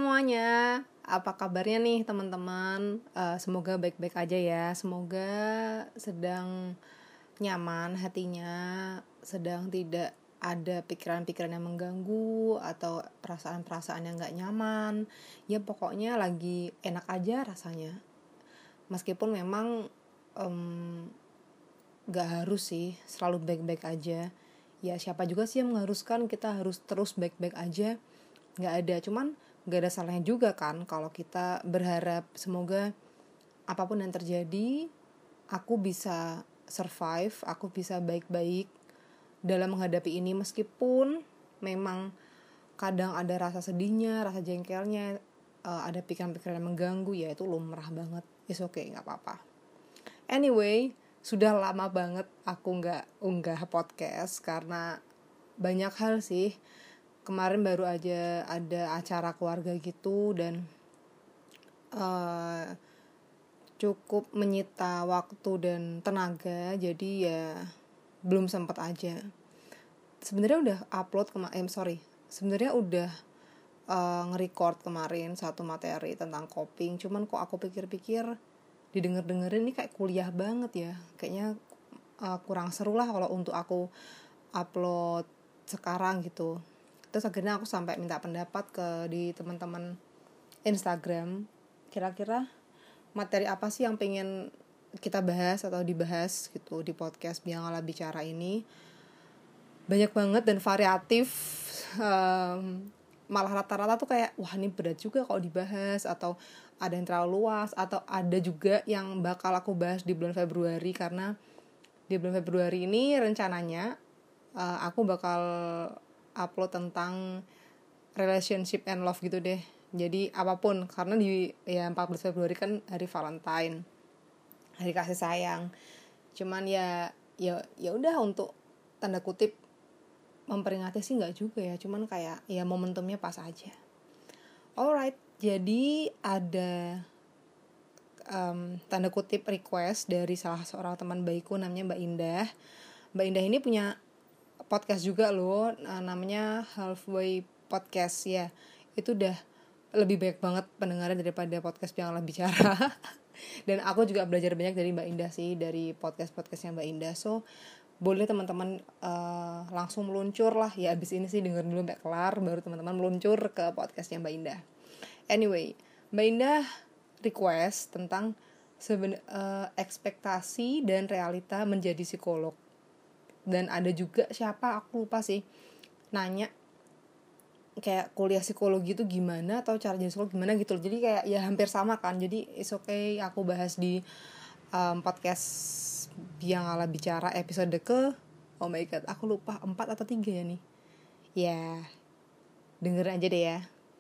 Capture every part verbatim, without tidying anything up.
semuanya, apa kabarnya nih teman-teman? Uh, semoga baik-baik aja ya. Semoga sedang nyaman hatinya, sedang tidak ada pikiran-pikiran yang mengganggu atau perasaan-perasaan yang gak nyaman. Ya pokoknya lagi enak aja rasanya. Meskipun memang um, gak harus sih selalu baik-baik aja. Ya siapa juga sih yang mengharuskan kita harus terus baik-baik aja. Gak ada, cuman gak ada salahnya juga kan kalau kita berharap semoga apapun yang terjadi aku bisa survive, aku bisa baik-baik dalam menghadapi ini, meskipun memang kadang ada rasa sedihnya, rasa jengkelnya, uh, ada pikiran-pikiran yang mengganggu, ya itu lumrah banget. It's okay, gak apa-apa. Anyway, sudah lama banget aku gak unggah podcast karena banyak hal sih. Kemarin baru aja ada acara keluarga gitu dan uh, cukup menyita waktu dan tenaga, jadi ya belum sempat aja. Sebenarnya udah upload kemarin, eh, sorry, sebenarnya udah uh, nge-record kemarin satu materi tentang coping, cuman kok aku pikir-pikir didengar-dengerin ini kayak kuliah banget ya, kayaknya uh, kurang seru lah kalau untuk aku upload sekarang gitu. Terus akhirnya aku sampai minta pendapat ke di teman-teman Instagram, kira-kira materi apa sih yang pengen kita bahas atau dibahas gitu di podcast Biangala Bicara ini. Banyak banget dan variatif, um, malah rata-rata tuh kayak wah ini berat juga kalau dibahas, atau ada yang terlalu luas, atau ada juga yang bakal aku bahas di bulan Februari, karena di bulan Februari ini rencananya uh, aku bakal upload tentang relationship and love gitu deh. Jadi apapun, karena di ya empat belas Februari kan hari Valentine, hari kasih sayang. Cuman ya ya ya udah untuk tanda kutip memperingati sih nggak juga ya, cuman kayak ya momentumnya pas aja. Alright, jadi ada um, tanda kutip request dari salah seorang teman baikku namanya Mbak Indah. Mbak Indah ini punya podcast juga loh, namanya Halfway Podcast ya. Itu udah lebih banyak banget pendengarnya daripada podcast Biangala Bicara. Dan aku juga belajar banyak dari Mbak Indah sih, dari podcast-podcastnya Mbak Indah. So boleh teman-teman uh, langsung meluncur lah ya, abis ini sih dengerin dulu sampai kelar baru teman-teman meluncur ke podcastnya Mbak Indah. Anyway, Mbak Indah request tentang seben- uh, ekspektasi dan realita menjadi psikolog. Dan ada juga siapa aku lupa sih nanya kayak kuliah psikologi itu gimana atau cara jadi psikolog gimana gitu. Jadi kayak ya hampir sama kan. Jadi it's okay aku bahas di um, podcast Biangala Bicara episode ke oh my god aku lupa empat atau tiga ya nih. Ya dengerin aja deh ya.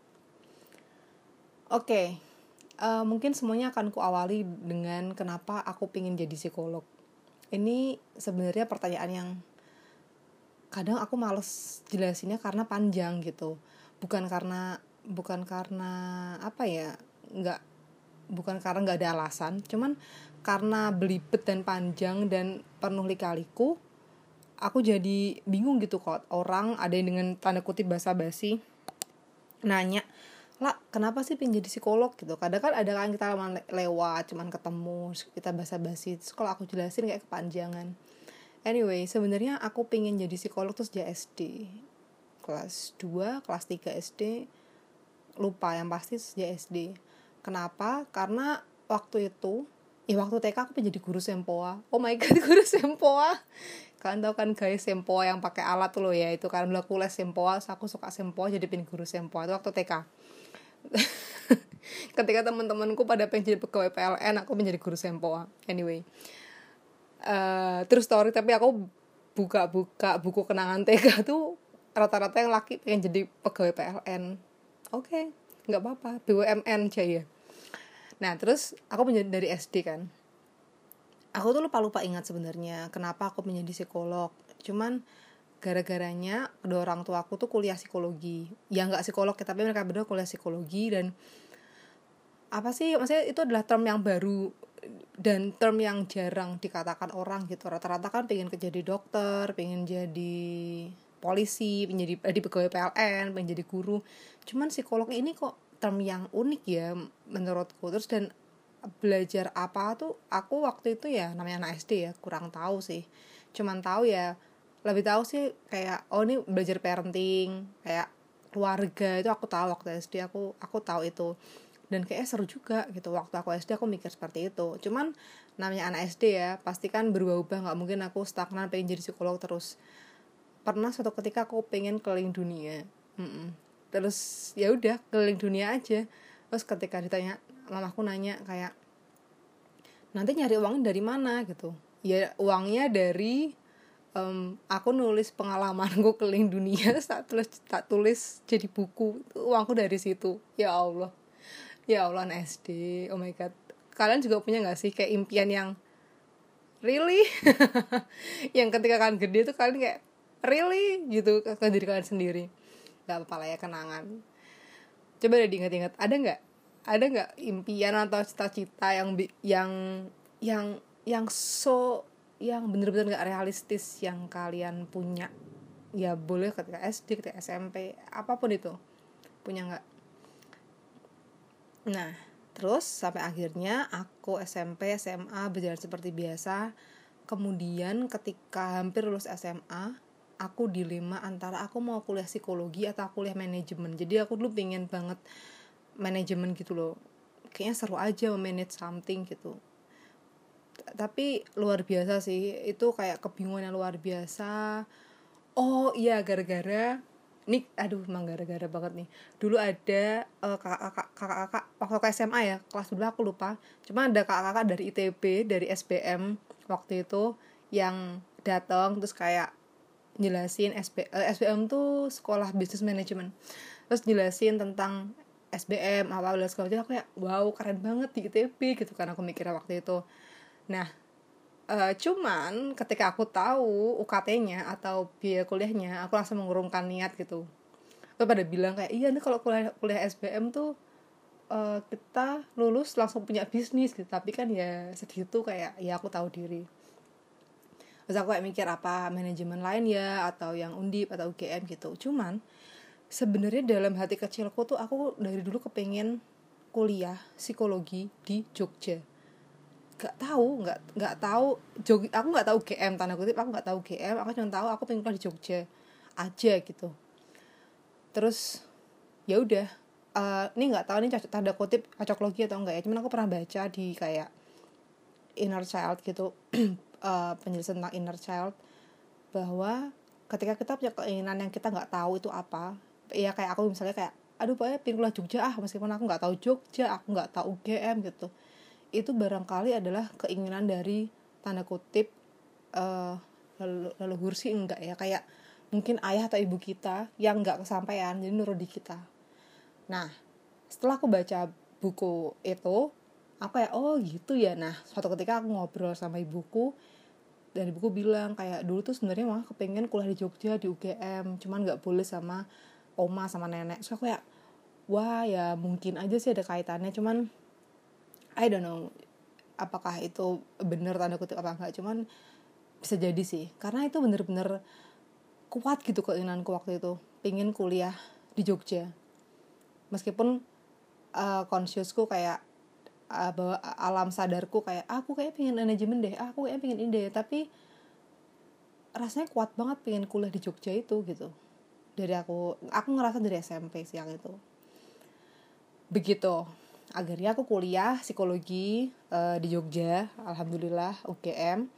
Oke, okay. uh, mungkin semuanya akan ku awali dengan kenapa aku pengen jadi psikolog. Ini sebenarnya pertanyaan yang kadang aku males jelasinnya karena panjang gitu. Bukan karena bukan karena apa ya, nggak bukan karena nggak ada alasan, cuman karena belibet dan panjang dan penuh lika-liku. Aku jadi bingung gitu kok orang ada yang dengan tanda kutip basa-basi nanya, lah kenapa sih pengen jadi psikolog gitu. Kadang kan ada kan kita lewat cuman ketemu kita basa-basi, terus kalau aku jelasin kayak kepanjangan. Anyway, sebenarnya aku pengen jadi psikolog tuh sejak S D. Kelas dua, kelas tiga S D. Lupa yang pasti sejak S D. Kenapa? Karena waktu itu, ya waktu T K aku pengen jadi guru sempoa. Oh my god, guru sempoa. Kalian tahu kan guys, sempoa yang pakai alat tuh loh ya. Itu kan aku les sempoa, aku suka sempoa jadi pengen guru sempoa. Itu waktu T K. Ketika teman-temanku pada pengen jadi pegawai P L N, aku pengen jadi guru sempoa. Anyway. Uh, terus story, tapi aku buka-buka buku kenangan T K tuh rata-rata yang laki pengen jadi pegawai P L N. Oke, okay, nggak apa-apa, B U M N aja ya. Nah terus aku menjadi dari S D kan. Aku tuh lupa-lupa ingat sebenarnya kenapa aku menjadi psikolog. Cuman gara-garanya kedua orang tua aku tuh kuliah psikologi. Ya nggak psikolog ya, tapi mereka berdua kuliah psikologi. Dan apa sih, maksudnya itu adalah term yang baru dan term yang jarang dikatakan orang gitu. Rata-rata kan pengen jadi dokter, pengen jadi polisi, pengen jadi eh, di pegawai P L N, pengen jadi guru. Cuman psikolog ini kok term yang unik ya menurutku. Terus dan belajar apa tuh aku waktu itu ya namanya anak S D ya kurang tahu sih. Cuman tahu ya lebih tahu sih kayak oh ini belajar parenting, kayak keluarga itu aku tahu waktu S D aku aku tahu itu. Dan kayak seru juga gitu waktu aku S D aku mikir seperti itu. Cuman namanya anak S D ya pasti kan berubah-ubah, nggak mungkin aku stagnan pengen jadi psikolog terus. Pernah suatu ketika aku pengen keliling dunia. Mm-mm. Terus ya udah keliling dunia aja. Terus ketika ditanya mamaku nanya kayak nanti nyari uang dari mana gitu. Ya uangnya dari um, aku nulis pengalamanku keliling dunia tak tulis tak tulis jadi buku. Uangku dari situ. Ya Allah. Ya Allah, anak S D, oh my god. Kalian juga punya gak sih kayak impian yang really? Yang ketika kalian gede tuh kalian kayak really? Gitu ke diri kalian sendiri. Gak apa-apa lah ya, kenangan. Coba deh diingat-ingat, ada gak? Ada gak impian atau cita-cita yang yang yang yang so yang bener-bener gak realistis yang kalian punya? Ya boleh ketika S D, ketika S M P, apapun itu. Punya gak? Nah, terus sampai akhirnya aku S M P, S M A berjalan seperti biasa. Kemudian ketika hampir lulus S M A, aku dilema antara aku mau kuliah psikologi atau kuliah manajemen. Jadi aku dulu pengen banget manajemen gitu loh. Kayaknya seru aja manage something gitu. Tapi luar biasa sih, itu kayak kebingungan yang luar biasa. Oh iya, gara-gara ini aduh emang gara-gara banget nih. Dulu ada uh, kakak-kakak waktu ke S M A ya, kelas dulu aku lupa. Cuma ada kakak-kakak dari I T B, dari S B M waktu itu yang datang terus kayak jelasin S B, uh, S B M tuh sekolah business management. Terus jelasin tentang S B M apa apa segala macam. Aku kayak wow keren banget di I T B gitu kan aku mikirnya waktu itu. Nah, Uh, cuman ketika aku tahu U K T-nya atau biaya kuliahnya, aku langsung mengurungkan niat gitu. Terus pada bilang kayak, iya nih kalau kuliah, kuliah S B M tuh uh, kita lulus langsung punya bisnis gitu. Tapi kan ya segitu kayak, ya aku tahu diri. Terus aku kayak mikir apa manajemen lain ya, atau yang Undip atau U G M gitu. Cuman sebenarnya dalam hati kecilku tuh aku dari dulu kepengen kuliah psikologi di Jogja. Gak tahu, nggak nggak tahu Jog, aku nggak tahu G M tanda kutip, aku nggak tahu G M, aku cuma tahu aku pengen kuliah di Jogja aja gitu. Terus ya udah, uh, ini nggak tahu ini tanda kutip cocok logi atau enggak ya, cuman aku pernah baca di kayak inner child gitu, uh, penjelasan tentang inner child bahwa ketika kita punya keinginan yang kita nggak tahu itu apa, ya kayak aku misalnya kayak, aduh pokoknya pengen kuliah Jogja ah, meskipun aku nggak tahu Jogja, aku nggak tahu U G M gitu. Itu barangkali adalah keinginan dari tanda kutip uh, leluhur sih enggak ya, kayak mungkin ayah atau ibu kita yang enggak kesampaian jadi nurut di kita. Nah setelah aku baca buku itu aku kayak oh gitu ya. Nah suatu ketika aku ngobrol sama ibuku dan ibuku bilang kayak dulu tuh sebenarnya mah kepengen kuliah di Jogja di U G M, cuman nggak boleh sama oma sama nenek. So aku kayak wah ya mungkin aja sih ada kaitannya, cuman I don't know apakah itu benar tanda kutip apa enggak, cuman bisa jadi sih karena itu bener-bener kuat gitu keinginanku waktu itu pengen kuliah di Jogja meskipun uh, consciousku kayak uh, bahwa alam sadarku kayak aku kayak pengen manajemen deh, aku kayak pengen ini deh, tapi rasanya kuat banget pengen kuliah di Jogja itu gitu. Dari aku aku ngerasa dari S M P sih yang itu begitu. Akhirnya aku kuliah psikologi uh, di Jogja, alhamdulillah U G M.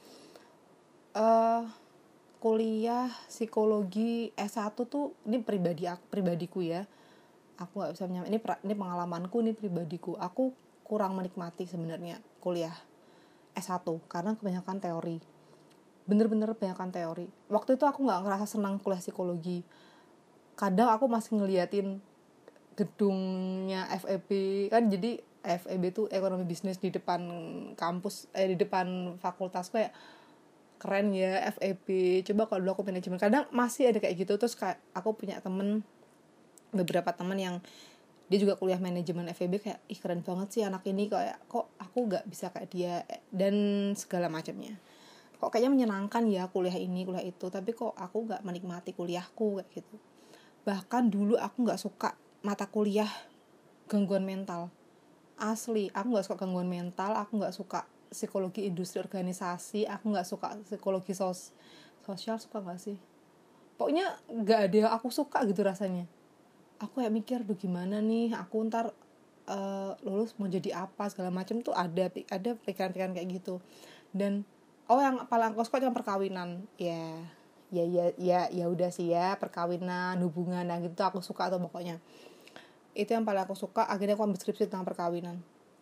Uh, kuliah psikologi S satu tuh ini pribadi aku pribadiku ya. Aku nggak bisa menyampaikan ini ini pengalamanku, ini pribadiku. Aku kurang menikmati sebenarnya kuliah S satu karena kebanyakan teori. Bener-bener kebanyakan teori. Waktu itu aku nggak ngerasa senang kuliah psikologi. Kadang aku masih ngeliatin gedungnya F E B kan, jadi F E B tuh ekonomi bisnis di depan kampus eh di depan fakultas kayak keren ya F E B. Coba kalau dulu aku manajemen, kadang masih ada kayak gitu. Terus kayak aku punya temen beberapa temen yang dia juga kuliah manajemen F E B kayak ih keren banget sih anak ini, kayak kok aku nggak bisa kayak dia dan segala macamnya. kok kayaknya menyenangkan ya kuliah ini kuliah itu, tapi kok aku nggak menikmati kuliahku kayak gitu. Bahkan dulu aku nggak suka mata kuliah gangguan mental, asli aku nggak suka gangguan mental, aku nggak suka psikologi industri organisasi, aku nggak suka psikologi sos sosial, suka nggak sih, pokoknya nggak ada yang aku suka gitu rasanya. Aku kayak mikir, duh gimana nih aku ntar uh, lulus mau jadi apa segala macam tuh, ada ada pikiran-pikiran kayak gitu. Dan oh yang paling aku suka cuma perkawinan, ya ya ya ya ya udah sih ya, perkawinan, hubungan, nah gitu aku suka tuh pokoknya. Itu yang paling aku suka. Akhirnya aku ambil skripsi tentang perkawinan.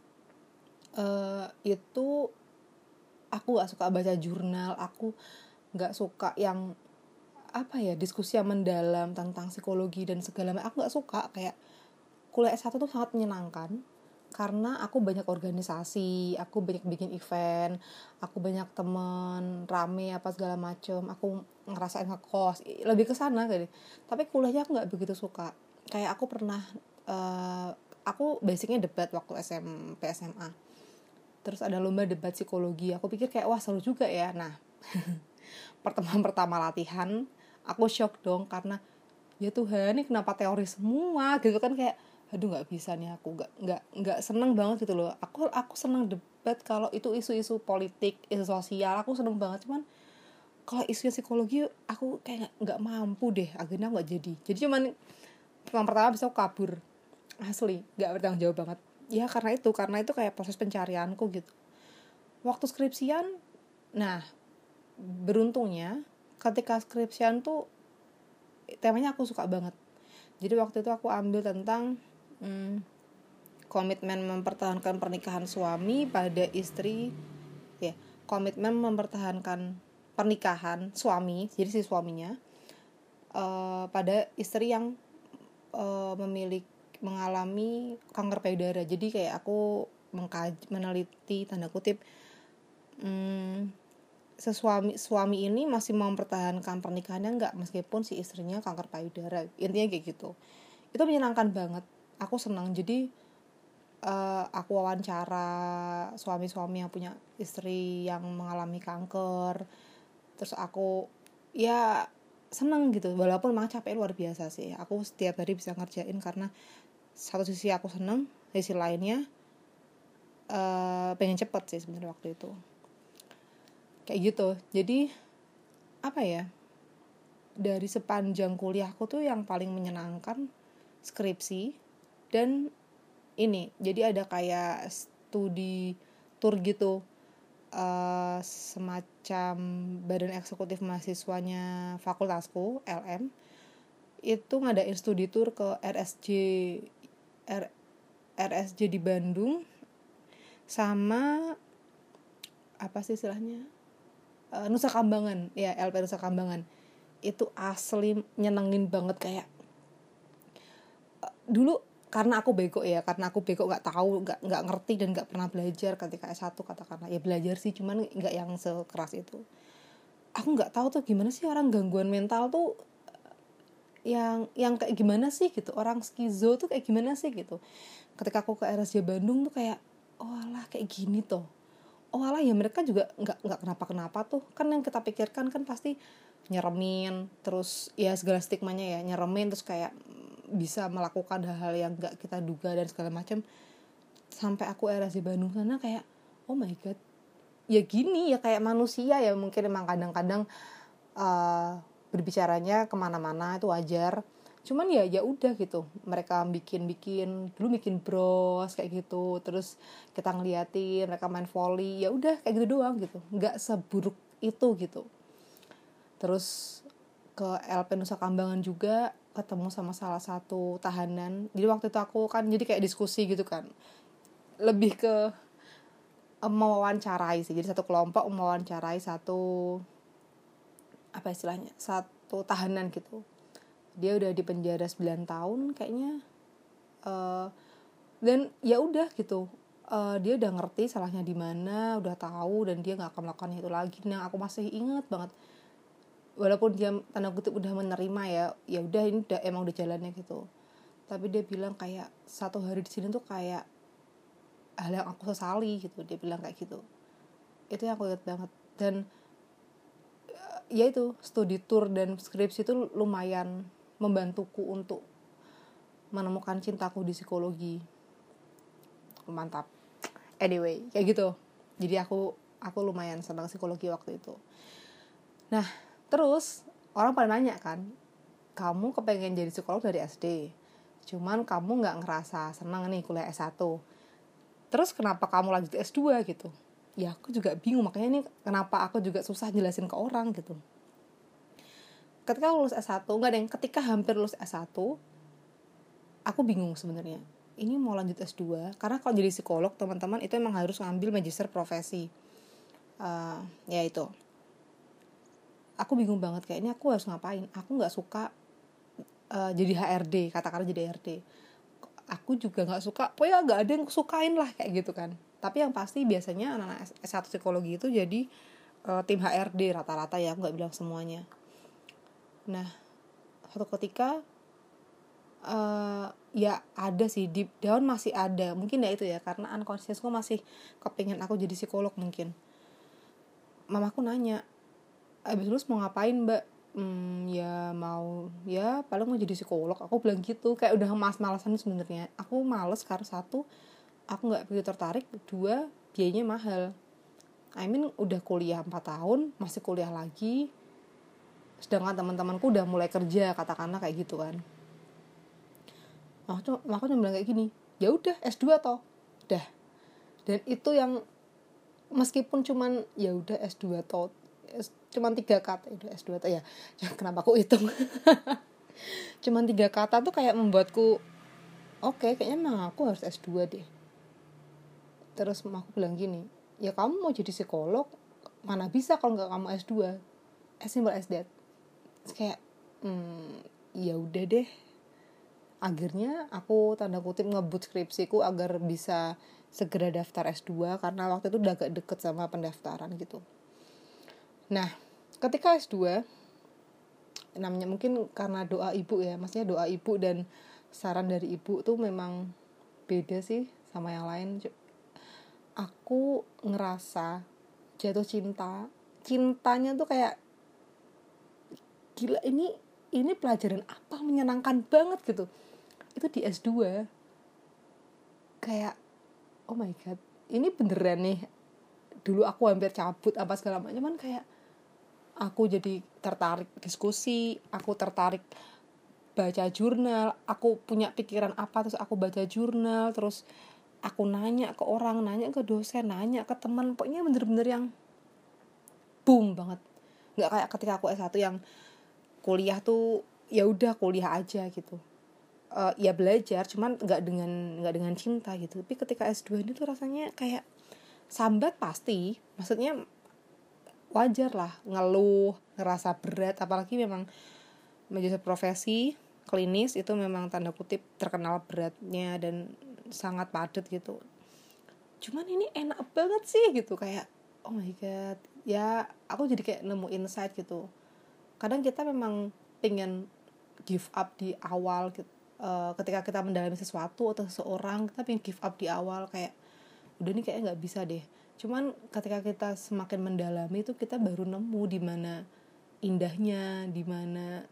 Uh, itu aku gak suka baca jurnal, aku gak suka yang apa ya, diskusi yang mendalam tentang psikologi dan segala macam. Aku gak suka. Kayak kuliah S satu tuh sangat menyenangkan karena aku banyak organisasi, aku banyak bikin event, aku banyak temen, rame apa segala macem, aku ngerasain ngekos, lebih ke sana kali. Tapi kuliahnya aku nggak begitu suka. Kayak aku pernah, uh, aku basicnya debat waktu S M P S M A. Terus ada lomba debat psikologi. Aku pikir kayak wah seru juga ya. Nah, pertemuan pertama latihan, aku shock dong karena ya Tuhan, ini kenapa teori semua gitu kan, kayak aduh nggak bisa nih, aku nggak nggak nggak seneng banget gitu loh. Aku aku seneng debat kalau itu isu-isu politik, isu sosial, aku seneng banget. Cuman kalau isu psikologi aku kayak nggak mampu deh, akhirnya nggak jadi. Jadi cuman yang pertama bisa aku kabur, asli nggak bertanggung jawab banget. Ya karena itu, karena itu kayak proses pencarianku gitu. Waktu skripsian, nah beruntungnya ketika skripsian tuh temanya aku suka banget. Jadi waktu itu aku ambil tentang Hmm, komitmen mempertahankan pernikahan suami pada istri, ya komitmen mempertahankan pernikahan suami, jadi si suaminya uh, pada istri yang uh, memiliki mengalami kanker payudara. Jadi kayak aku mengkaji, meneliti tanda kutip, hmm, sesuami suami ini masih mempertahankan pernikahannya nggak meskipun si istrinya kanker payudara, intinya kayak gitu. Itu menyenangkan banget. Aku senang. Jadi uh, aku wawancara suami-suami yang punya istri yang mengalami kanker. Terus aku ya senang gitu. Walaupun memang capek luar biasa sih. Aku setiap hari bisa ngerjain karena satu sisi aku senang, sisi lainnya uh, pengen cepet sih sebenarnya waktu itu. Kayak gitu. Jadi apa ya? Dari sepanjang kuliahku tuh yang paling menyenangkan skripsi. Dan ini, jadi ada kayak studi tour gitu, uh, semacam badan eksekutif mahasiswanya fakultasku, L M, itu ngadain studi tour ke R S J R, R S J di Bandung, sama apa sih istilahnya, uh, Nusa Kambangan, ya L P Nusa Kambangan. Itu asli nyenengin banget. Kayak uh, dulu karena aku bego ya, karena aku bego nggak tahu, nggak nggak ngerti dan nggak pernah belajar ketika S satu katakanlah. Ya belajar sih, cuman nggak yang sekeras itu. Aku nggak tahu tuh gimana sih orang gangguan mental tuh yang yang kayak gimana sih gitu, orang skizo tuh kayak gimana sih gitu. Ketika aku ke R S J Bandung tuh kayak oh alah kayak gini tuh. Oh alah ya mereka juga nggak nggak kenapa-kenapa tuh. Kan yang kita pikirkan kan pasti nyeremin, terus ya segala stigmanya ya, nyeremin terus kayak bisa melakukan hal-hal yang gak kita duga dan segala macam. Sampai aku R S J Bandung sana kayak oh my god, ya gini ya, kayak manusia ya, mungkin emang kadang-kadang uh, berbicaranya kemana-mana itu wajar. Cuman ya ya udah gitu, mereka bikin-bikin dulu bikin bros kayak gitu, terus kita ngeliatin mereka main volley, ya udah kayak gitu doang gitu, nggak seburuk itu gitu. Terus ke L P Nusa Kambangan juga ketemu sama salah satu tahanan. Jadi waktu itu aku kan jadi kayak diskusi gitu kan, lebih ke um, mewawancarai sih. Jadi satu kelompok mewawancarai satu apa istilahnya, satu tahanan gitu. Dia udah di penjara sembilan tahun kayaknya, uh, dan ya udah gitu, uh, dia udah ngerti salahnya di mana, udah tahu, dan dia nggak akan melakukan itu lagi. Nah aku masih ingat banget, walaupun dia tanda kutip udah menerima ya, ya udah ini udah emang udah jalannya gitu. Tapi dia bilang kayak satu hari di sini tuh kayak hal yang aku sesali gitu, dia bilang kayak gitu. Itu yang aku ingat banget. Dan ya itu studi tour dan skripsi itu lumayan membantuku untuk menemukan cintaku di psikologi. Mantap. Anyway, kayak gitu. Jadi aku aku lumayan senang psikologi waktu itu. Nah, terus orang pada nanya kan, kamu kepengen jadi psikolog dari S D, cuman kamu nggak ngerasa senang nih kuliah S satu. Terus kenapa kamu lanjut S dua gitu? Ya aku juga bingung, makanya ini kenapa aku juga susah jelasin ke orang gitu. Ketika lulus S satu, enggak deh, ketika hampir lulus S satu, aku bingung sebenarnya. Ini mau lanjut S dua, karena kalau jadi psikolog, teman-teman, itu emang harus ngambil magister profesi. Uh, ya itu. Aku bingung banget, kayak ini aku harus ngapain. Aku gak suka uh, jadi H R D, katakanlah jadi H R D. Aku juga gak suka, pokoknya gak ada yang sukain lah, kayak gitu kan. Tapi yang pasti biasanya anak-anak S satu psikologi itu jadi uh, tim H R D rata-rata ya, aku gak bilang semuanya. Nah, suatu ketika uh, ya ada sih, deep down masih ada. Mungkin ya itu ya, karena unconsciousku masih kepingin aku jadi psikolog mungkin. Mamaku nanya, abis lulus mau ngapain mbak? Hmm, ya mau, ya paling mau jadi psikolog. Aku bilang gitu, kayak udah mas-malasan sebenarnya. Aku males karena satu, aku nggak begitu tertarik. Dua, biayanya mahal. I mean udah kuliah empat tahun, masih kuliah lagi. Sedangkan teman-temanku udah mulai kerja, katakanlah kayak gitu kan. Aku aku cuma bilang kayak gini, ya udah S dua toh, udah. Dan itu yang meskipun cuman ya udah S dua toh, cuman tiga kata itu S dua toh ya. Kenapa aku hitung? Cuman tiga kata tuh kayak membuatku oke, okay, kayaknya emang aku harus S dua deh. Terus aku bilang gini, ya kamu mau jadi psikolog, mana bisa kalau nggak kamu S dua, as simple as that. Terus kayak, hmm, ya udah deh. Akhirnya aku tanda kutip ngebut skripsiku agar bisa segera daftar S dua, karena waktu itu udah agak deket sama pendaftaran gitu. Nah, ketika S dua, namanya mungkin karena doa ibu ya, maksudnya doa ibu dan saran dari ibu tuh memang beda sih sama yang lain. Aku ngerasa jatuh cinta, cintanya tuh kayak gila, ini ini pelajaran apa menyenangkan banget gitu. Itu di S dua. Kayak oh my god, ini beneran nih. Dulu aku hampir cabut apa segala macam, cuman kayak aku jadi tertarik diskusi, aku tertarik baca jurnal, aku punya pikiran apa terus aku baca jurnal, terus aku nanya ke orang, nanya ke dosen, nanya ke teman, pokoknya bener-bener yang boom banget. Nggak kayak ketika aku S satu yang kuliah tuh ya udah kuliah aja gitu. Uh, ya belajar, cuman nggak dengan nggak dengan cinta gitu. Tapi ketika S dua ini tuh rasanya kayak sambat pasti, maksudnya wajar lah ngeluh, ngerasa berat, apalagi memang magister profesi klinis itu memang tanda kutip terkenal beratnya dan sangat padat gitu. Cuman ini enak banget sih gitu, kayak oh my god, ya aku jadi kayak nemu insight gitu. Kadang kita memang pengen give up di awal gitu. Uh, ketika kita mendalami sesuatu atau seseorang, kita pengen give up di awal, kayak udah nih kayaknya nggak bisa deh. Cuman ketika kita semakin mendalami itu kita baru nemu di mana indahnya, di mana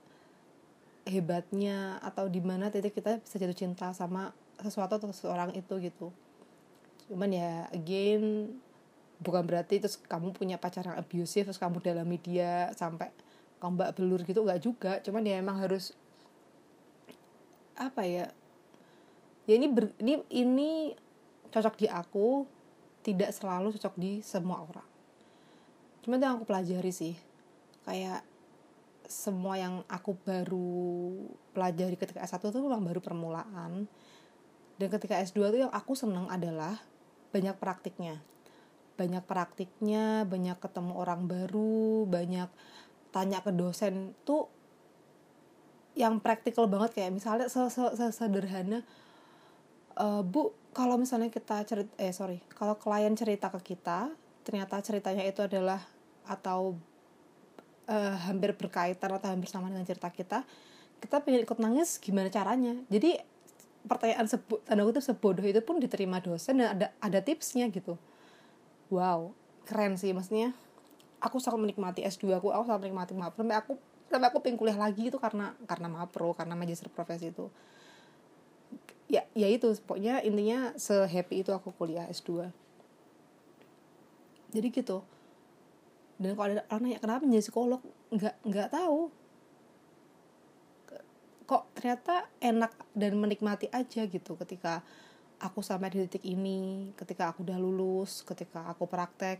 hebatnya, atau di mana titik kita bisa jatuh cinta sama sesuatu atau seseorang itu gitu. Cuman ya again, bukan berarti terus kamu punya pacar yang abusive terus kamu dalami dia sampai kamu bak belur gitu, nggak juga. Cuman ya emang harus apa ya, ya ini ber, ini ini cocok di aku, tidak selalu cocok di semua orang. Cuman itu yang aku pelajari sih, kayak semua yang aku baru pelajari ketika S satu itu memang baru permulaan. Dan ketika S dua tuh yang aku seneng adalah banyak praktiknya. Banyak praktiknya, banyak ketemu orang baru, banyak tanya ke dosen tuh yang praktikal banget. Kayak misalnya sederhana, uh, Bu, kalau misalnya kita cerita, eh sorry, kalau klien cerita ke kita, ternyata ceritanya itu adalah atau Uh, hampir berkaitan atau hampir sama dengan cerita kita, kita pengen ikut nangis, gimana caranya? Jadi pertanyaan sebo- tanda kutip sebodoh itu pun diterima dosen dan ada ada tipsnya gitu. Wow, keren sih, maksudnya aku sangat menikmati S dua aku aku sangat menikmati mapro sampai aku sampai aku pengen kuliah lagi itu karena karena mapro, karena magister profesi itu. Ya ya itu pokoknya intinya se-happy itu aku kuliah S dua. Jadi gitu. Dan kalau ada orang nanya kenapa menjadi psikolog, nggak nggak tahu, kok ternyata enak dan menikmati aja gitu ketika aku sampai di titik ini, ketika aku udah lulus, ketika aku praktek.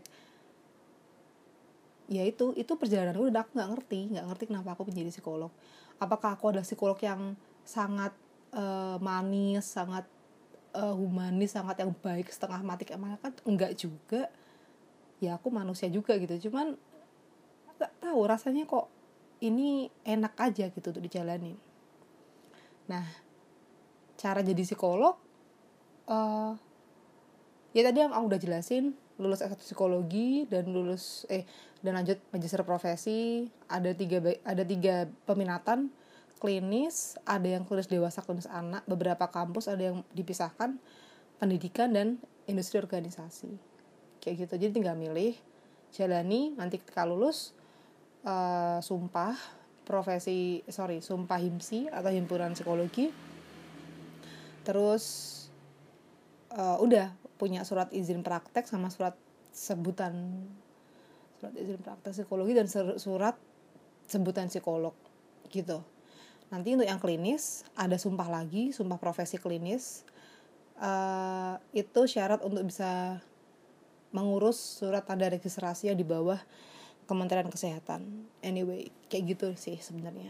Ya itu itu perjalanan gue, udah aku nggak ngerti nggak ngerti kenapa aku menjadi psikolog. Apakah aku adalah psikolog yang sangat uh, manis, sangat uh, humanis, sangat yang baik setengah mati kayak malaikat? Enggak juga. Ya aku manusia juga gitu, cuman nggak tahu rasanya kok ini enak aja gitu untuk dijalanin. Nah, cara jadi psikolog uh, ya tadi yang aku udah jelasin, lulus S satu psikologi dan lulus eh dan lanjut magister profesi. Ada tiga ada tiga peminatan, klinis, ada yang klinis dewasa, klinis anak, beberapa kampus ada yang dipisahkan, pendidikan dan industri organisasi. Kayak gitu. Jadi tinggal milih, jalani, nanti ketika lulus uh, sumpah profesi sorry sumpah himsi atau himpunan psikologi. Terus uh, udah punya surat izin praktek sama surat sebutan surat izin praktek psikologi dan surat sebutan psikolog gitu. Nanti untuk yang klinis ada sumpah lagi, sumpah profesi klinis. Uh, itu syarat untuk bisa mengurus surat tanda registrasi yang di bawah Kementerian Kesehatan. Anyway, kayak gitu sih sebenarnya.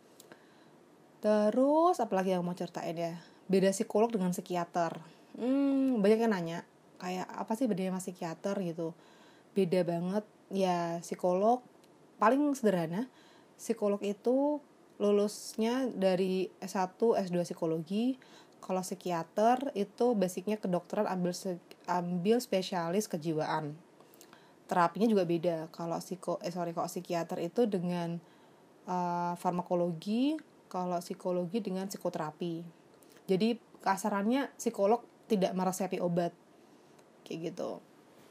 Terus apalagi yang mau ceritain ya? Beda psikolog dengan psikiater. Hmm, banyak yang nanya, kayak apa sih bedanya sama psikiater gitu? Beda banget. Ya, psikolog paling sederhana, psikolog itu lulusnya dari S satu, S dua psikologi. Kalau psikiater itu basicnya kedokteran, ambil ambil spesialis kejiwaan. Terapinya juga beda. Kalau psiko eh sorry kalau psikiater itu dengan uh, farmakologi, kalau psikologi dengan psikoterapi. Jadi kasarannya psikolog tidak meresepi obat kayak gitu.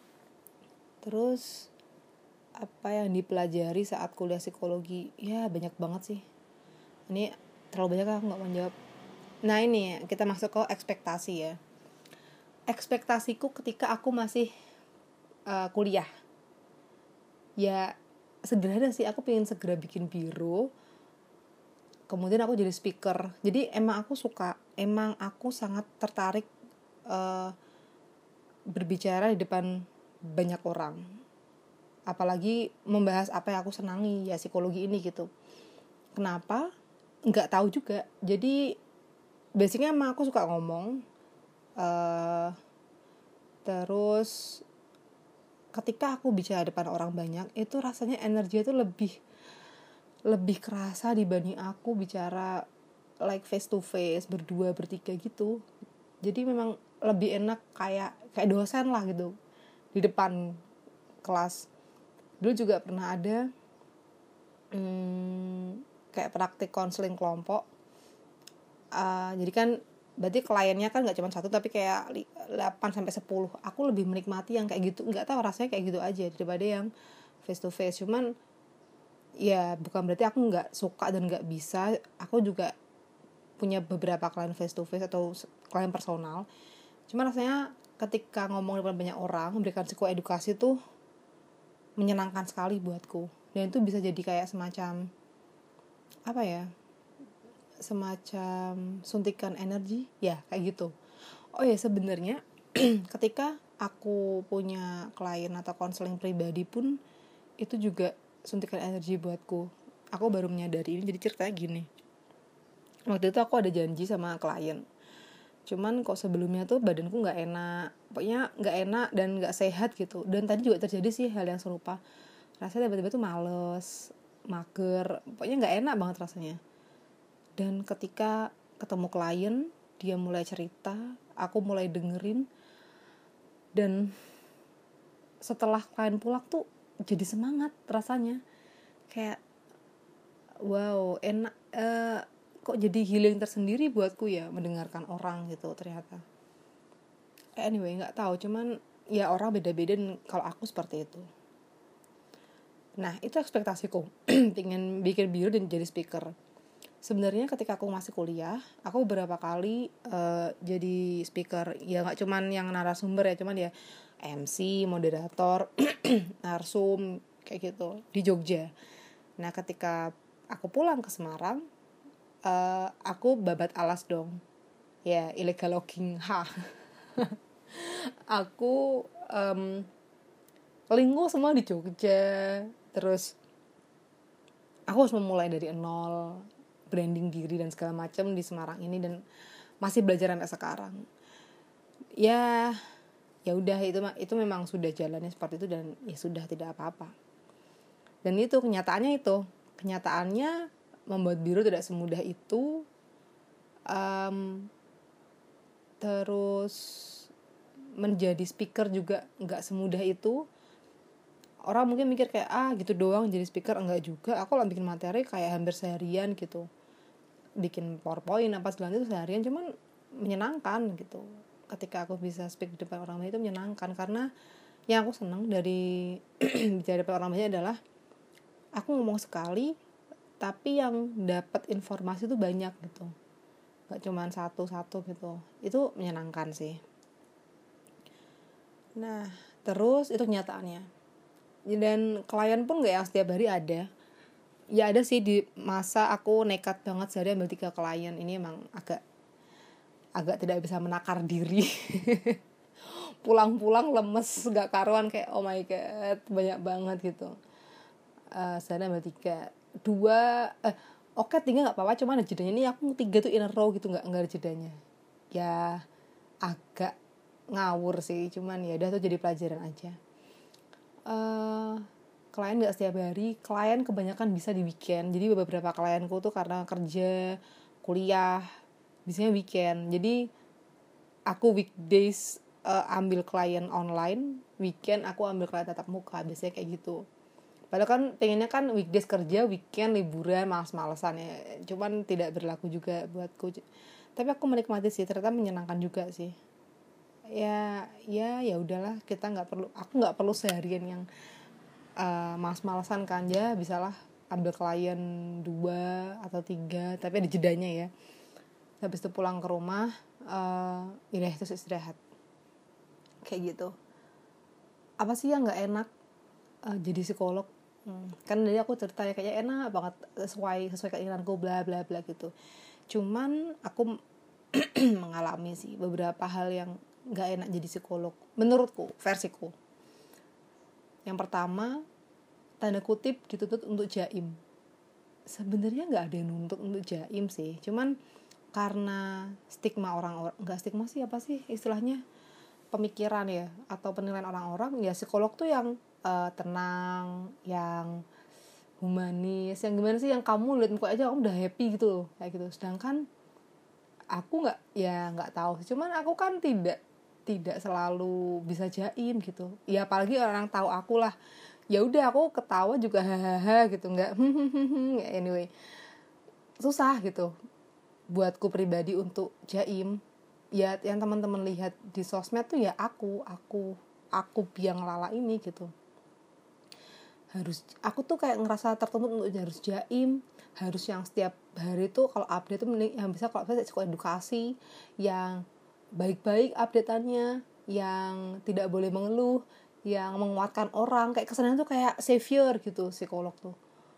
Terus apa yang dipelajari saat kuliah psikologi? Ya banyak banget sih. Ini terlalu banyak, aku nggak mau jawab. Nah ini kita masuk ke ekspektasi ya. Ekspektasiku ketika aku masih uh, kuliah, ya sederhana sih, aku pengen segera bikin biro, kemudian aku jadi speaker. Jadi emang aku suka, emang aku sangat tertarik uh, berbicara di depan banyak orang, apalagi membahas apa yang aku senangi, ya psikologi ini gitu. Kenapa? Nggak tahu juga. Jadi basicnya emang aku suka ngomong. Uh, terus ketika aku bicara depan orang banyak, itu rasanya energi itu lebih lebih kerasa dibanding aku bicara like face to face, berdua, bertiga gitu. Jadi memang lebih enak kayak kayak dosen lah gitu di depan kelas. Dulu juga pernah ada hmm, kayak praktik konseling kelompok. Uh, jadi kan berarti kliennya kan nggak cuma satu tapi kayak delapan sampai sepuluh. Aku lebih menikmati yang kayak gitu, nggak tahu rasanya kayak gitu aja daripada yang face to face. Cuman ya bukan berarti aku nggak suka dan nggak bisa. Aku juga punya beberapa klien face to face atau klien personal. Cuman rasanya ketika ngomong depan banyak orang, memberikan psikoedukasi tuh menyenangkan sekali buatku. Dan itu bisa jadi kayak semacam apa ya, semacam suntikan energi ya kayak gitu. Oh ya sebenarnya ketika aku punya klien atau konseling pribadi pun itu juga suntikan energi buatku. Aku baru menyadari ini. Jadi ceritanya gini, waktu itu aku ada janji sama klien, cuman kok sebelumnya tuh badanku nggak enak, pokoknya nggak enak dan nggak sehat gitu. Dan tadi juga terjadi sih hal yang serupa, rasanya tiba-tiba tuh males, mager, pokoknya nggak enak banget rasanya. Dan ketika ketemu klien, dia mulai cerita, aku mulai dengerin, dan setelah klien pulang tuh jadi semangat rasanya, kayak wow enak, uh, kok jadi healing tersendiri buatku ya mendengarkan orang gitu ternyata. Anyway nggak tahu, cuman ya orang beda-beda dan kalau aku seperti itu. Nah itu ekspektasiku pengen bikin biro dan jadi speaker. Sebenarnya ketika aku masih kuliah, aku beberapa kali uh, jadi speaker. Ya nggak cuman yang narasumber ya, cuman ya M C, moderator, narsum kayak gitu di Jogja. Nah ketika aku pulang ke Semarang, uh, aku babat alas dong. Ya illegal logging, ha. Aku um, linggo semua di Jogja. Terus aku harus memulai dari nol, branding diri dan segala macam di Semarang ini, dan masih belajar sampai sekarang. Ya ya udah, itu itu memang sudah jalannya seperti itu, dan ya sudah, tidak apa-apa. Dan itu kenyataannya, itu kenyataannya membuat biro tidak semudah itu. Um, terus menjadi speaker juga nggak semudah itu. Orang mungkin mikir kayak ah gitu doang jadi speaker, enggak juga. Aku lah bikin materi kayak hampir seharian gitu, bikin PowerPoint apa segala itu seharian, cuman menyenangkan gitu. Ketika aku bisa speak di depan orang banyak itu menyenangkan, karena yang aku senang dari bicara depan orang banyak adalah aku ngomong sekali tapi yang dapat informasi itu banyak gitu, nggak cuma satu-satu gitu. Itu menyenangkan sih. Nah terus itu kenyataannya, dan klien pun nggak yang setiap hari ada. Ya ada sih di masa aku nekat banget sehari ambil tiga klien. Ini emang agak agak tidak bisa menakar diri. Pulang-pulang lemes gak karuan, kayak oh my god banyak banget gitu. Uh, sehari ambil tiga, dua eh oke okay, tiga nggak apa-apa, cuman ada jedanya. Ini aku tiga tuh in a row gitu, nggak nggak ada jedanya. Ya agak ngawur sih, cuman ya udah tuh jadi pelajaran aja. Uh, klien nggak setiap hari, klien kebanyakan bisa di weekend. Jadi beberapa klienku tuh karena kerja, kuliah, biasanya weekend. Jadi aku weekdays uh, ambil klien online, weekend aku ambil klien tatap muka, biasanya kayak gitu. Padahal kan pengennya kan weekdays kerja, weekend liburan, malas-malasan ya. Cuman tidak berlaku juga buatku. Tapi aku menikmati sih, ternyata menyenangkan juga sih. Ya, ya, ya udahlah, kita nggak perlu, aku nggak perlu seharian yang uh, malas-malasan kan, ya bisalah ambil klien dua atau tiga, tapi ada jedanya ya. Habis itu pulang ke rumah, uh, ya itu istirahat. Kayak gitu. Apa sih yang nggak enak uh, jadi psikolog? Hmm. Kan dari aku cerita ya kayaknya enak banget, sesuai sesuai keinginanku bla bla bla gitu. Cuman aku mengalami sih beberapa hal yang nggak enak jadi psikolog menurutku, versiku. Yang pertama, tanda kutip dituntut untuk jaim. Sebenarnya nggak ada yang nuntut untuk jaim sih, cuman karena stigma orang-orang, nggak stigma sih, apa sih istilahnya, pemikiran ya atau penilaian orang-orang ya psikolog tuh yang uh, tenang, yang humanis, yang gimana sih, yang kamu lihat muka aja kamu udah happy gitu loh, kayak gitu. Sedangkan aku nggak, ya nggak tahu, cuman aku kan tidak tidak selalu bisa jaim gitu ya, apalagi orang tahu aku lah. Ya udah aku ketawa juga hahaha gitu, nggak anyway, susah gitu buatku pribadi untuk jaim. Ya yang teman-teman lihat di sosmed tuh ya aku aku aku biang lala ini gitu. Harus, aku tuh kayak ngerasa tertuntut untuk harus jaim, harus yang setiap hari tuh kalau update tuh yang bisa, kalau saya suka edukasi, yang baik-baik update-annya, yang tidak boleh mengeluh, yang menguatkan orang, kayak kesannya tuh kayak savior gitu psikolog tuh.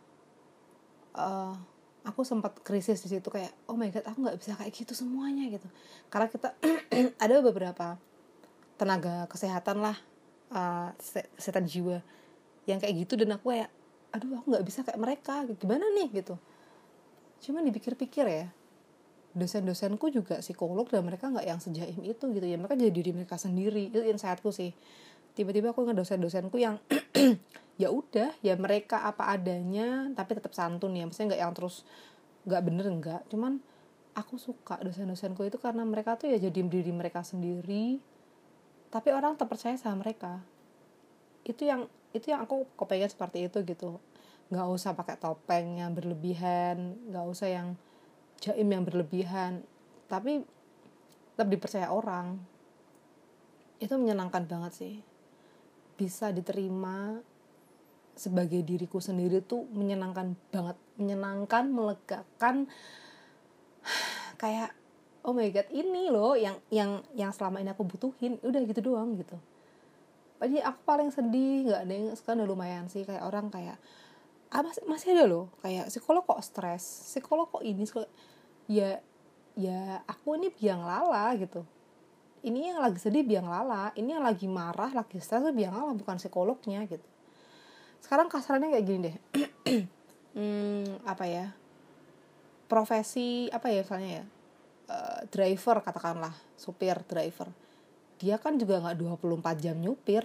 Uh, aku sempat krisis di situ, kayak oh my god aku nggak bisa kayak gitu semuanya gitu, karena kita ada beberapa tenaga kesehatan lah, uh, kesehatan jiwa yang kayak gitu, dan aku kayak aduh aku nggak bisa kayak mereka, gimana nih gitu. Cuman dipikir-pikir ya, dosen-dosenku juga psikolog dan mereka nggak yang sejaim itu gitu ya, mereka jadi diri mereka sendiri. Itu insightku sih. Tiba-tiba aku ingat dosen-dosenku yang ya udah ya mereka apa adanya tapi tetap santun ya, maksudnya nggak yang terus nggak bener, nggak. Cuman aku suka dosen-dosenku itu karena mereka tuh ya jadi diri mereka sendiri tapi orang terpercaya sama mereka. Itu yang itu yang aku kepengen seperti itu gitu. Nggak usah pakai topeng yang berlebihan, nggak usah yang jaim yang berlebihan, tapi tetap dipercaya orang. Itu menyenangkan banget sih, bisa diterima sebagai diriku sendiri tuh menyenangkan banget, menyenangkan, melegakan, kayak oh my god, ini loh yang yang yang selama ini aku butuhin, udah gitu doang gitu. Jadi aku paling sedih nggak ada yang, sekarang udah lumayan sih, kayak orang kayak ah masih, masih ada loh kayak psikolog kok stres, psikolog kok ini, psikolog. ya ya aku ini biang lala gitu, ini yang lagi sedih biang lala, ini yang lagi marah lagi stres tuh biang lala, bukan psikolognya gitu. Sekarang kasarannya kayak gini deh. hmm, apa ya, profesi apa ya misalnya ya, uh, driver katakanlah, supir driver, dia kan juga nggak dua puluh empat jam nyupir,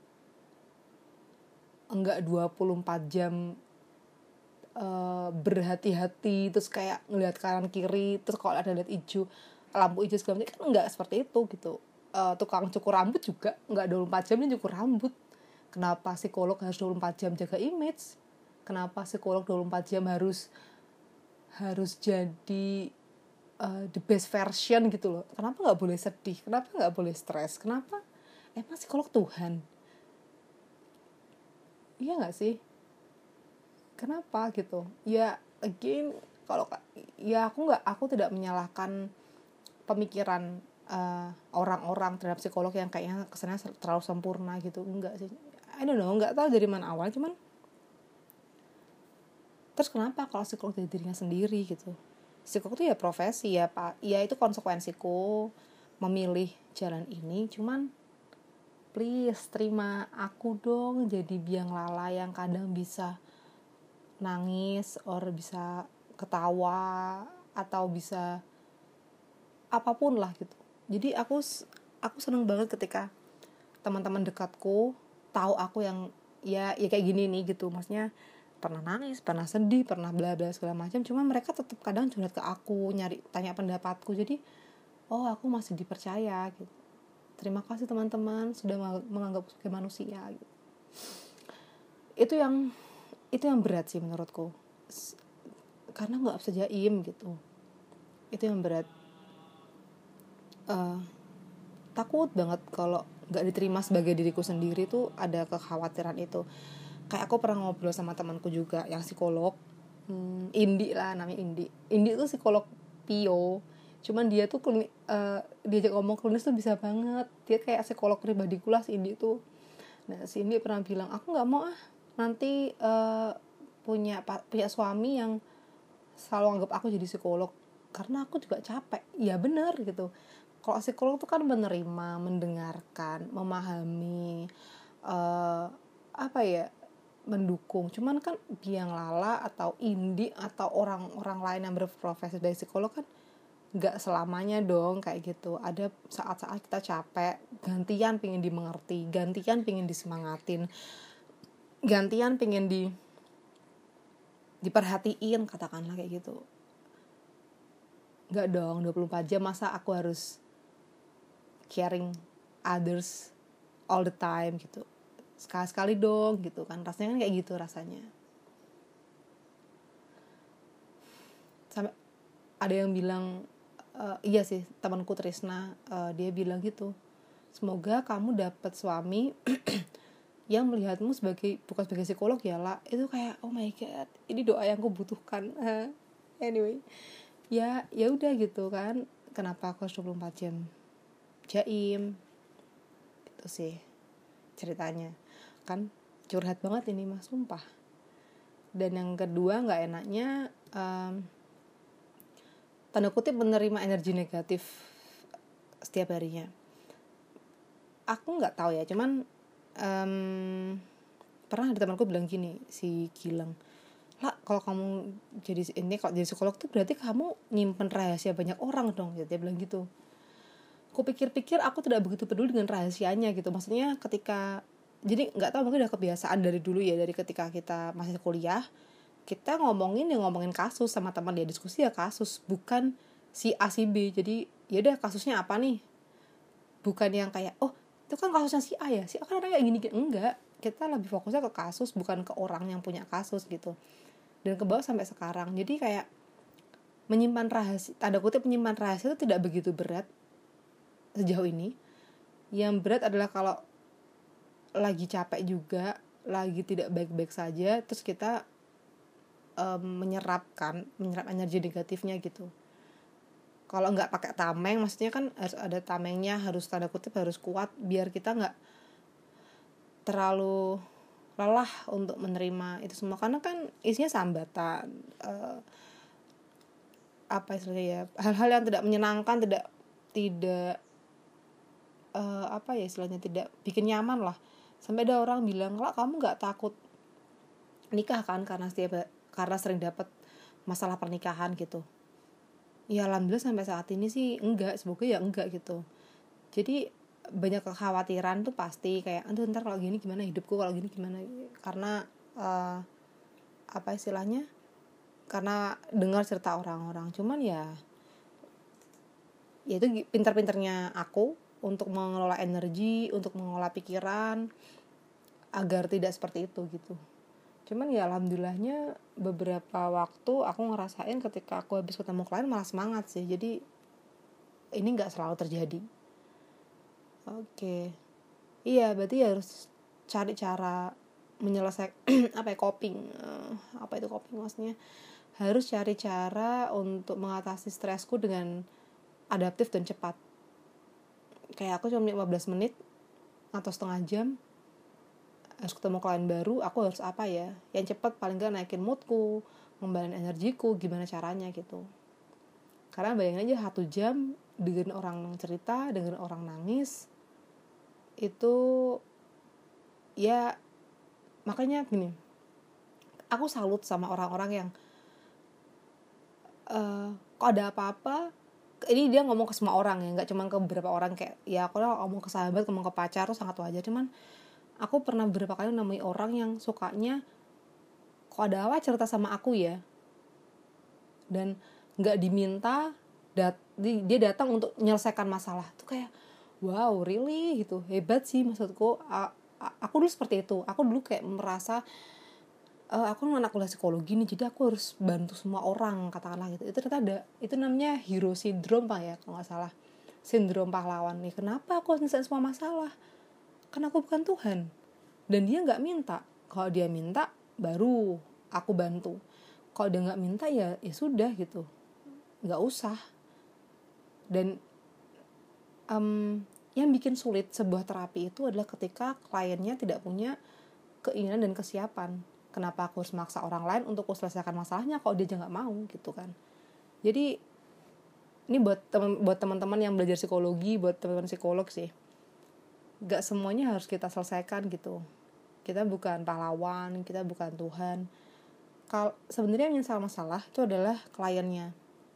enggak dua puluh empat jam uh, berhati-hati terus kayak ngelihat kanan kiri, terus kalau ada lihat hijau, lampu hijau segala macam, kan enggak seperti itu gitu. Uh, tukang cukur rambut juga enggak dua puluh empat jam dia cukur rambut. Kenapa psikolog harus dua puluh empat jam jaga image? Kenapa psikolog dua puluh empat jam harus harus jadi uh, the best version gitu loh? Kenapa nggak boleh sedih? Kenapa nggak boleh stres? Kenapa? Emang psikolog Tuhan? Iya nggak sih? Kenapa gitu? Ya again, kalau ya aku nggak, aku tidak menyalahkan pemikiran uh, orang-orang terhadap psikolog yang kayaknya kesannya terlalu sempurna gitu. Enggak sih. I don't know, nggak tahu dari mana awal, cuman terus kenapa kalau psikolog dari dirinya sendiri gitu? Psikolog itu ya profesi ya pak, ya itu konsekuensiku memilih jalan ini, cuman please terima aku dong jadi biang lala yang kadang bisa nangis, or bisa ketawa, atau bisa apapun lah gitu. Jadi aku aku seneng banget ketika teman-teman dekatku tahu aku yang ya ya kayak gini nih gitu, maksudnya pernah nangis, pernah sedih, pernah bla bla segala macam, cuma mereka tetap kadang curhat ke aku, nyari tanya pendapatku, jadi oh aku masih dipercaya gitu. Terima kasih teman-teman sudah menganggap sebagai manusia gitu. Itu yang itu yang berat sih menurutku, karena nggak bisa jaim gitu, itu yang berat. Uh, takut banget kalau nggak diterima sebagai diriku sendiri tuh, ada kekhawatiran itu. Kayak aku pernah ngobrol sama temanku juga yang psikolog, hmm, Indi lah namanya, Indi. Indi tuh psikolog Pio, cuman dia tuh klinik, uh, diajak ngomong klinis tuh bisa banget. Dia kayak psikolog pribadiku lah si Indi tuh. Nah si Indi pernah bilang, aku nggak mau ah nanti uh, punya punya suami yang selalu anggap aku jadi psikolog, karena aku juga capek. Ya bener gitu. Kalau psikolog tuh kan menerima, mendengarkan, memahami, uh, apa ya, mendukung. Cuman kan biang lala atau Indi atau orang-orang lain yang berprofesi dari psikolog kan nggak selamanya dong kayak gitu. Ada saat-saat kita capek, gantian pengen dimengerti, gantian pengen disemangatin, gantian pengen di diperhatiin, katakanlah kayak gitu. Nggak dong dua puluh empat jam, masa aku harus caring others all the time gitu. Sekali-sekali dong gitu kan, rasanya kan kayak gitu rasanya. Sampai ada yang bilang, uh, iya sih temanku Trisna, uh, dia bilang gitu, semoga kamu dapat suami yang melihatmu sebagai bukan sebagai psikolog ya lah. Itu kayak oh my god, ini doa yang aku butuhkan. Anyway, ya ya udah gitu kan, kenapa aku harus dua puluh empat jam jaim itu sih ceritanya kan. Curhat banget ini mah sumpah. Dan yang kedua nggak enaknya, um, tanda kutip menerima energi negatif setiap harinya. Aku nggak tahu ya, cuman um, pernah ada temanku bilang gini, si Gilang, lah kalau kamu jadi ini, kalau jadi psikolog tuh berarti kamu nyimpen rahasia banyak orang dong, ya, dia bilang gitu. Aku pikir-pikir aku tidak begitu peduli dengan rahasianya gitu. Maksudnya ketika, jadi nggak tahu mungkin udah kebiasaan dari dulu ya, dari ketika kita masih kuliah, kita ngomongin ya ngomongin kasus sama teman, dia diskusi ya kasus, bukan si A si B. Jadi ya udah kasusnya apa nih, bukan yang kayak oh itu kan kasusnya si A ya, si A kan kayak gini, gini. Enggak, kita lebih fokusnya ke kasus, bukan ke orang yang punya kasus gitu. Dan ke bawah sampai sekarang. Jadi kayak menyimpan rahasia, tanda kutip menyimpan rahasia itu tidak begitu berat sejauh ini. Yang berat adalah kalau lagi capek juga, lagi tidak baik-baik saja, terus kita um, menyerapkan menyerap energi negatifnya gitu. Kalau nggak pakai tameng, maksudnya kan harus ada tamengnya, harus tanda kutip harus kuat biar kita nggak terlalu lelah untuk menerima itu semua, karena kan isinya sambatan, uh, apa istilahnya ya, hal-hal yang tidak menyenangkan, tidak tidak uh, apa ya istilahnya, tidak bikin nyaman lah. Sampai ada orang bilang, kalau kamu nggak takut nikah kan karena setiap karena sering dapat masalah pernikahan gitu. Ya alhamdulillah sampai saat ini sih enggak, semoga ya enggak gitu. Jadi banyak kekhawatiran tuh pasti, kayak aduh ntar kalau gini gimana hidupku, kalau gini gimana, karena uh, apa istilahnya, karena dengar cerita orang-orang. Cuman ya ya itu pintar-pintarnya aku untuk mengelola energi, untuk mengelola pikiran agar tidak seperti itu gitu. Cuman ya alhamdulillahnya beberapa waktu aku ngerasain ketika aku habis ketemu klien malah semangat sih. Jadi ini gak selalu terjadi. Oke. Iya, berarti harus cari cara menyelesaikan apa ya, coping. Uh, apa itu coping maksudnya? Harus cari cara untuk mengatasi stresku dengan adaptif dan cepat. Kayak aku cuma lima belas menit atau setengah jam harus ketemu klien baru, aku harus apa ya, yang cepat paling gak naikin moodku, ngembalin energiku, gimana caranya gitu. Karena bayangin aja satu jam dengan orang cerita, dengan orang nangis, itu ya makanya gini, aku salut sama orang-orang yang uh, kok ada apa-apa, ini dia ngomong ke semua orang ya, nggak cuma ke beberapa orang, kayak ya aku lah ngomong ke sahabat, ngomong ke pacar tuh sangat wajar. Cuman aku pernah beberapa kali menemui orang yang sukanya kok ada apa cerita sama aku ya, dan nggak diminta, dat- dia datang untuk menyelesaikan masalah. Tuh kayak wow really gitu, hebat sih maksudku. A- a- aku dulu seperti itu, aku dulu kayak merasa uh, aku anak kuliah psikologi nih, jadi aku harus bantu semua orang katakanlah gitu. Itu ternyata ada, itu namanya hero syndrome pak ya kalau nggak salah, sindrom pahlawan nih. Kenapa aku harus nyelesain semua masalah? Kan aku bukan Tuhan, dan dia nggak minta. Kalau dia minta baru aku bantu, kalau dia nggak minta ya ya sudah gitu, nggak usah. Dan um, yang bikin sulit sebuah terapi itu adalah ketika kliennya tidak punya keinginan dan kesiapan. Kenapa aku harus maksa orang lain untuk selesaikan masalahnya kalau dia aja nggak mau gitu kan. Jadi ini buat teman buat teman-teman yang belajar psikologi, buat teman-teman psikolog sih, gak semuanya harus kita selesaikan gitu. Kita bukan pahlawan, kita bukan Tuhan. Kalau sebenarnya yang menyelesaikan masalah itu adalah kliennya.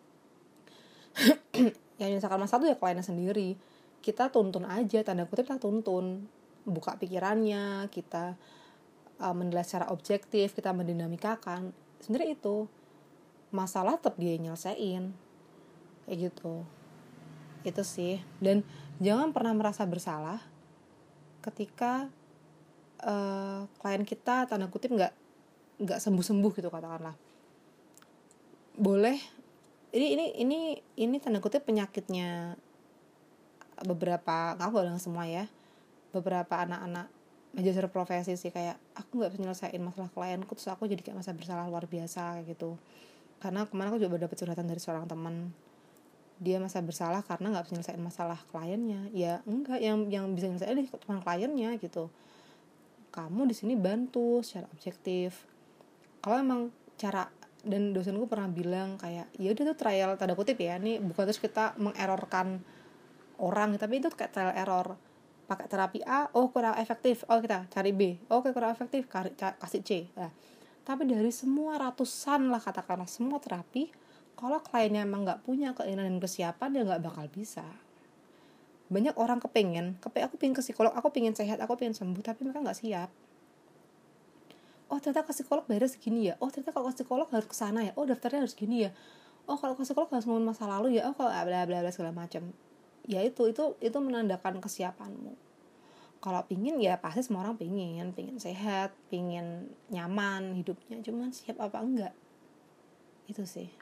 Yang menyelesaikan masalah itu ya kliennya sendiri. Kita tuntun aja, tanda kutip kita tuntun, buka pikirannya, kita uh, menilai secara objektif, kita mendinamikakan. Sebenarnya itu masalah tetap dia nyelesain, kayak gitu. Itu sih. Dan jangan pernah merasa bersalah ketika uh, klien kita tanda kutip nggak nggak sembuh-sembuh gitu katakanlah. Boleh, ini ini ini ini tanda kutip penyakitnya beberapa, aku gak bilang semua ya, beberapa anak-anak manajer profesi sih, kayak aku nggak bisa nyelesain masalah klienku, terus aku jadi kayak merasa bersalah luar biasa kayak gitu. Karena kemarin aku juga dapat curhatan dari seorang teman, dia merasa bersalah karena nggak bisa nyelesain masalah kliennya. Ya enggak, yang yang bisa nyelesain ini cuma kliennya gitu. Kamu di sini bantu secara objektif. Kalau emang cara, dan dosenku pernah bilang kayak ya udah tuh trial tanda kutip ya, ini bukan terus kita mengerorkan orang, tapi itu kayak trial error. Pakai terapi A, oh kurang efektif, oh kita cari B, oh kurang efektif, kasih C. Nah, tapi dari semua ratusan lah katakanlah semua terapi, kalau kliennya emang nggak punya keinginan dan kesiapan, dia nggak bakal bisa. Banyak orang kepengen, kepengen aku pengen ke psikolog, aku pengen sehat, aku pengen sembuh, tapi mereka nggak siap. Oh ternyata ke psikolog bayarnya segini ya, oh ternyata kalau ke psikolog harus kesana ya, oh daftarnya harus gini ya, oh kalau ke psikolog harus ngomongin masa lalu ya, oh kalau bla bla bla segala macam. Ya itu itu itu menandakan kesiapanmu. Kalau pingin ya pasti semua orang pingin, pingin sehat, pingin nyaman hidupnya, cuman siap apa enggak, itu sih.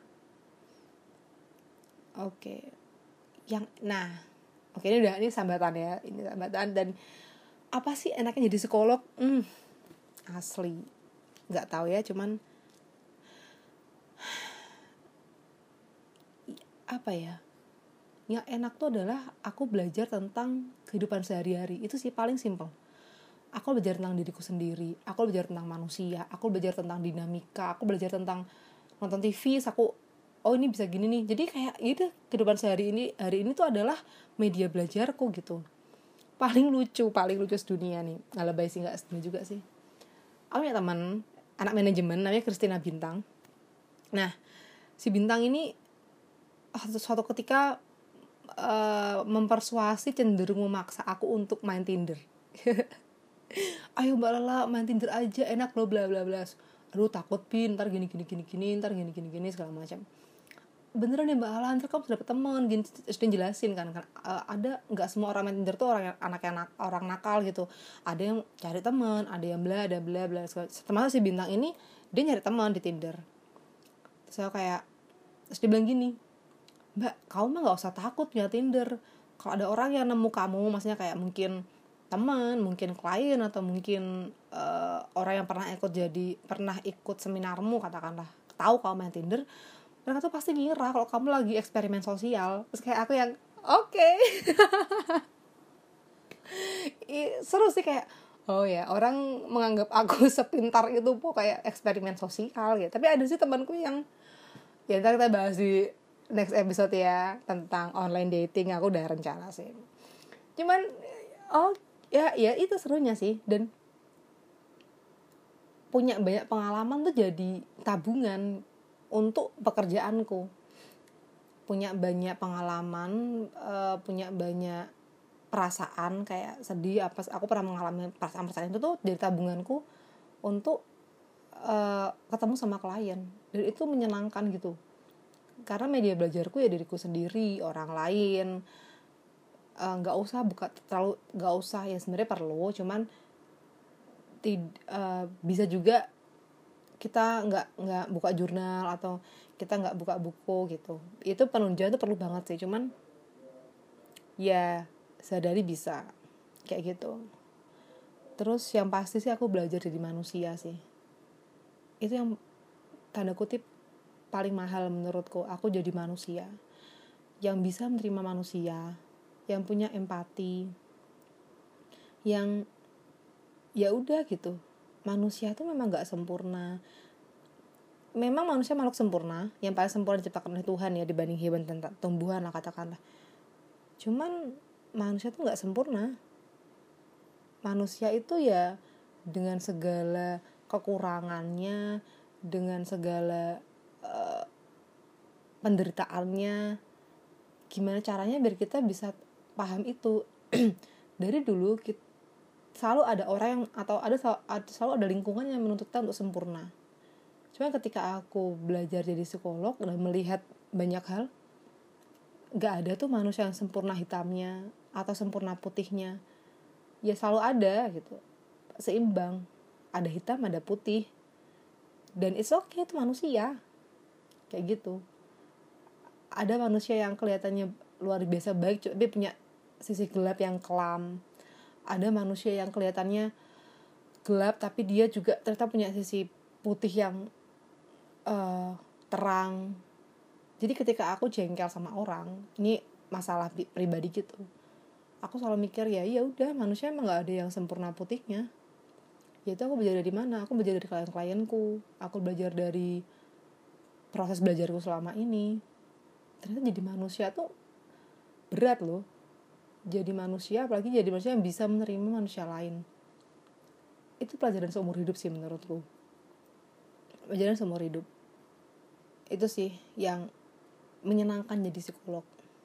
Oke, yang nah, oke ini udah, ini sambatan ya, ini sambatan. Dan apa sih enaknya jadi psikolog? Hmm, asli. Nggak tahu ya, cuman apa ya, yang enak tuh adalah aku belajar tentang kehidupan sehari-hari. Itu sih paling simple. Aku belajar tentang diriku sendiri, aku belajar tentang manusia, aku belajar tentang dinamika, aku belajar tentang nonton T V, aku oh ini bisa gini nih. Jadi kayak itu kehidupan sehari ini hari ini tuh adalah media belajarku gitu. Paling lucu, paling lucu sedunia nih. Nggak lebay sih, nggak sedunia juga sih. Aku punya teman anak manajemen namanya Christina Bintang. Nah, si Bintang ini suatu ketika uh, mempersuasi, cenderung memaksa aku untuk main Tinder. Ayo Mbak Lala main Tinder aja, enak loh bla bla bla. Aduh takut Pin, ntar gini gini gini gini, ntar gini gini gini segala macam. Beneran ya Mbak Lala, ntar kamu dapet teman gini, sudah jelasin kan kan uh, ada nggak semua orang main Tinder tuh orang anak yang nak, orang nakal gitu. Ada yang cari teman, ada yang bla ada bla bla. Termasuk si Bintang ini dia nyari teman di Tinder. Terus saya kayak terus dia bilang gini, Mbak, kamu mah nggak usah takut punya Tinder. Kalau ada orang yang nemu kamu, maksudnya kayak mungkin teman, mungkin klien, atau mungkin uh, orang yang pernah ikut jadi pernah ikut seminarmu katakanlah, tahu kamu main Tinder, mereka tuh pasti ngira kalau kamu lagi eksperimen sosial. Terus kayak aku yang oke, okay. Seru sih kayak oh ya orang menganggap aku sepintar itu po kayak eksperimen sosial gitu. Tapi ada sih temanku yang ya ntar kita bahas di next episode ya tentang online dating. Aku udah rencana sih. Cuman oh ya ya itu serunya sih, dan punya banyak pengalaman tuh jadi tabungan untuk pekerjaanku. Punya banyak pengalaman, uh, punya banyak perasaan kayak sedih apa aku pernah mengalami perasaan-perasaan itu tuh dari tabunganku untuk uh, ketemu sama klien, dan itu menyenangkan gitu. Karena media belajarku ya diriku sendiri, orang lain. Nggak uh, usah buka terlalu nggak usah ya sebenarnya perlu, cuman tid, uh, bisa juga kita nggak nggak buka jurnal atau kita nggak buka buku gitu. Itu penunjang itu perlu banget sih, cuman ya sadari bisa kayak gitu. Terus yang pasti sih aku belajar jadi manusia sih. Itu yang tanda kutip paling mahal menurutku. Aku jadi manusia yang bisa menerima manusia, yang punya empati, yang ya udah gitu. Manusia tuh memang nggak sempurna. Memang manusia makhluk sempurna, yang paling sempurna diciptakan oleh Tuhan ya dibanding hewan dan tumbuhan lah katakanlah. Cuman manusia tuh nggak sempurna. Manusia itu ya dengan segala kekurangannya, dengan segala uh, penderitaannya, gimana caranya biar kita bisa paham itu. Dari dulu kita, selalu ada orang yang atau ada selalu ada lingkungan yang menuntut kita untuk sempurna. Cuma ketika aku belajar jadi psikolog dan melihat banyak hal, gak ada tuh manusia yang sempurna hitamnya atau sempurna putihnya. Ya selalu ada gitu, seimbang, ada hitam ada putih, dan it's okay, itu manusia kayak gitu. Ada manusia yang kelihatannya luar biasa baik tapi punya sisi gelap yang kelam. Ada manusia yang kelihatannya gelap tapi dia juga ternyata punya sisi putih yang uh, terang. Jadi ketika aku jengkel sama orang, ini masalah pribadi gitu, aku selalu mikir ya ya udah, manusia emang nggak ada yang sempurna putihnya. Yaitu aku belajar dari mana? Aku belajar dari klien-klienku, aku belajar dari proses belajarku selama ini. Ternyata jadi manusia tuh berat loh. Jadi manusia, apalagi jadi manusia yang bisa menerima manusia lain. Itu pelajaran seumur hidup sih menurutku. Pelajaran seumur hidup. Itu sih yang menyenangkan jadi psikolog.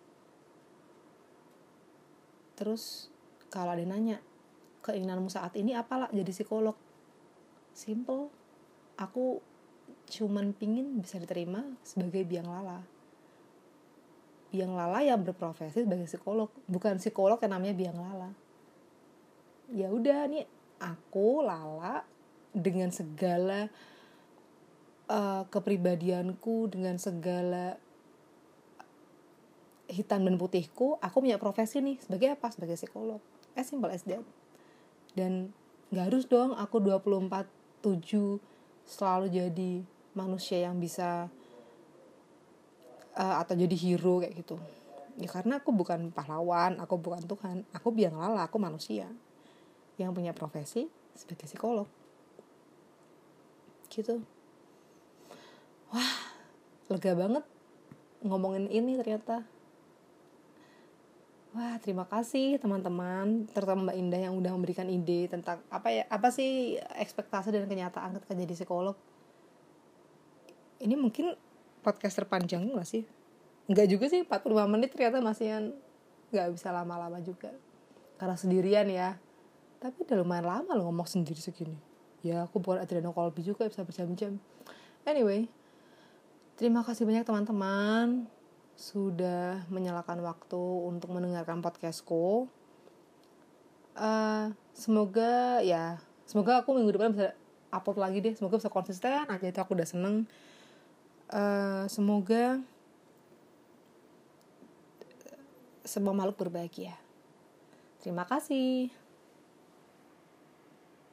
Terus kalau ada yang nanya, keinginanmu saat ini apalah jadi psikolog? Simple. Aku cuman pingin bisa diterima sebagai biang lala. Biang lala yang berprofesi sebagai psikolog, bukan psikolog yang namanya biang lala. Ya udah nih, aku Lala dengan segala uh, kepribadianku, dengan segala hitam dan putihku, aku punya profesi nih sebagai apa? Sebagai psikolog. As simple as that. Dan Gak harus dong aku dua puluh empat tujuh selalu jadi manusia yang bisa uh, atau jadi hero kayak gitu. Ya karena aku bukan pahlawan, aku bukan Tuhan, aku biang lala, aku manusia yang punya profesi sebagai psikolog gitu. Wah, lega banget ngomongin ini ternyata. Wah, terima kasih teman-teman, terutama Mbak Indah yang udah memberikan ide tentang apa ya, apa sih ekspektasi dan kenyataan ketika jadi psikolog. Ini mungkin podcast terpanjang gak sih? Enggak juga sih, empat puluh lima menit ternyata masih yang gak bisa lama-lama juga. Karena sendirian ya. Tapi udah lumayan lama loh ngomong sendiri segini. Ya aku bukan Adriano Colby juga bisa berjam-jam. Anyway, terima kasih banyak teman-teman sudah menyalakan waktu untuk mendengarkan podcastku. Uh, semoga ya, semoga aku minggu depan bisa upload lagi deh. Semoga bisa konsisten aja, itu aku udah seneng. Uh, semoga semua makhluk berbahagia. Terima kasih.